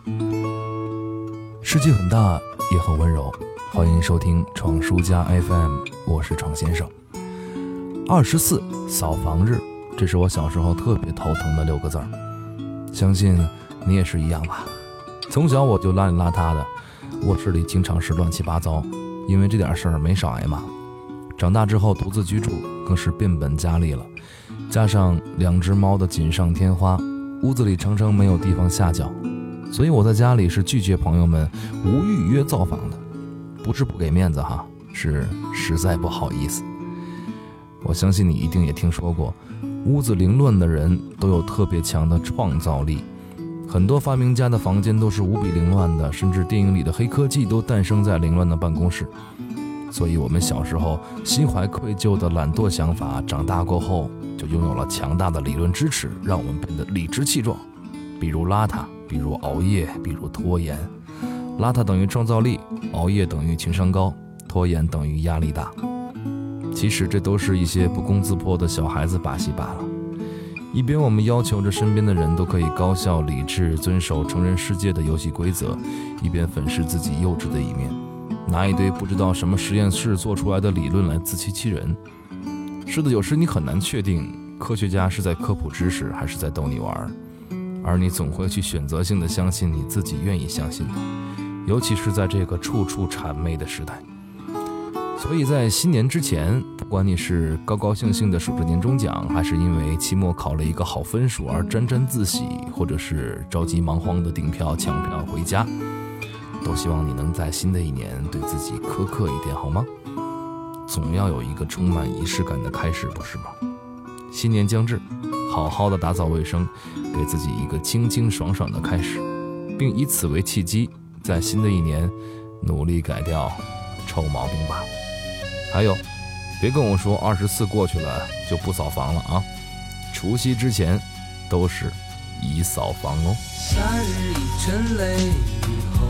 世界很大，也很温柔。欢迎收听闯书家 FM， 我是闯先生。24扫房日，这是我小时候特别头疼的6个字儿，相信你也是一样吧。从小我就邋里邋遢的，卧室里经常是乱七八糟，因为这点事儿没少挨骂。长大之后独自居住，更是变本加厉了，加上2只猫的锦上添花，屋子里常常没有地方下脚，所以我在家里是拒绝朋友们无预约造访的，不是不给面子哈，是实在不好意思。我相信你一定也听说过，屋子凌乱的人都有特别强的创造力，很多发明家的房间都是无比凌乱的，甚至电影里的黑科技都诞生在凌乱的办公室。所以我们小时候心怀愧疚的懒惰想法，长大过后就拥有了强大的理论支持，让我们变得理直气壮。比如邋遢，比如熬夜，比如拖延。邋遢等于创造力，熬夜等于情商高，拖延等于压力大。其实这都是一些不攻自破的小孩子把戏罢了。一边我们要求着身边的人都可以高效理智遵守成人世界的游戏规则，一边粉饰自己幼稚的一面，拿一堆不知道什么实验室做出来的理论来自欺欺人。是的，有时你很难确定科学家是在科普知识还是在逗你玩，而你总会去选择性的相信你自己愿意相信的，尤其是在这个处处谄媚的时代。所以在新年之前，不管你是高高兴兴的数着年终奖，还是因为期末考了一个好分数而沾沾自喜，或者是着急忙慌的订票抢票回家，都希望你能在新的一年对自己苛刻一点好吗？总要有一个充满仪式感的开始，不是吗？新年将至，好好的打扫卫生，给自己一个清清爽爽的开始，并以此为契机，在新的一年努力改掉臭毛病吧。还有，别跟我说24过去了就不扫房了啊！除夕之前都是已扫房哦。 夏日已沉泪雨后，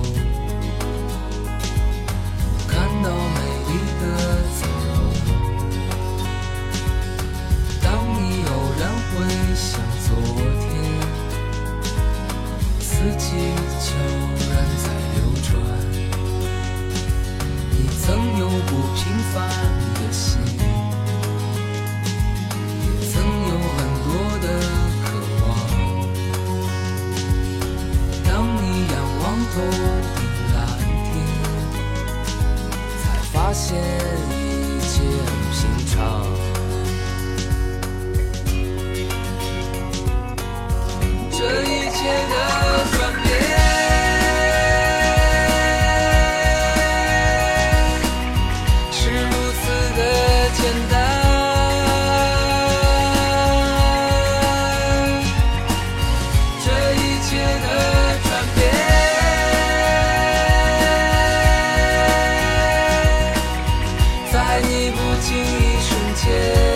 看到美丽的彩虹。当你偶然回想昨天，四季悄然在流转。你曾有不平凡的心，也曾有很多的渴望。当你仰望头顶蓝天，才发现一切很平常。这一切的转变是如此的简单，这一切的转变在你不经意瞬间，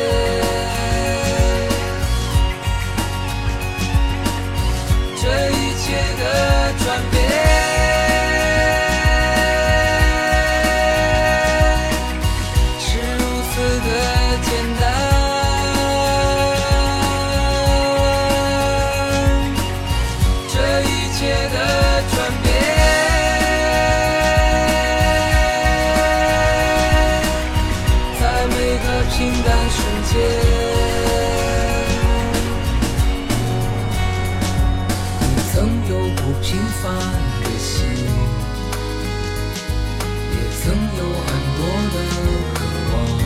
这一切的转变是如此的简单，这一切的转变在每个平淡瞬间。曾有不平凡的心，也曾有很多的渴望。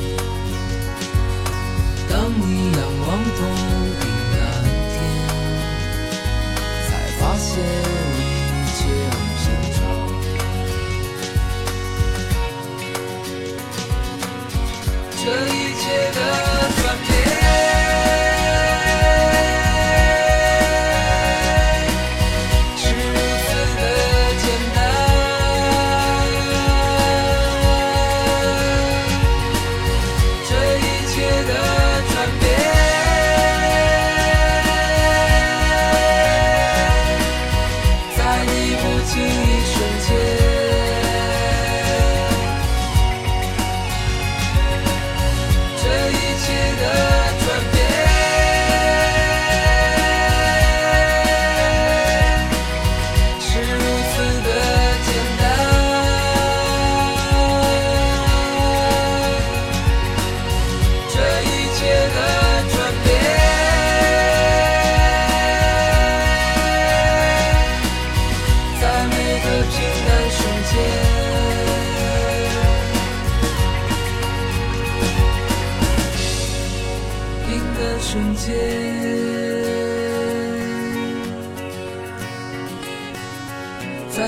当你仰望头顶蓝天，才发现一切很平常。这一切的转变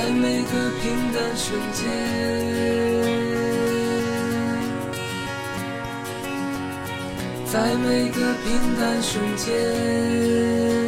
在每个平淡瞬间，在每个平淡瞬间。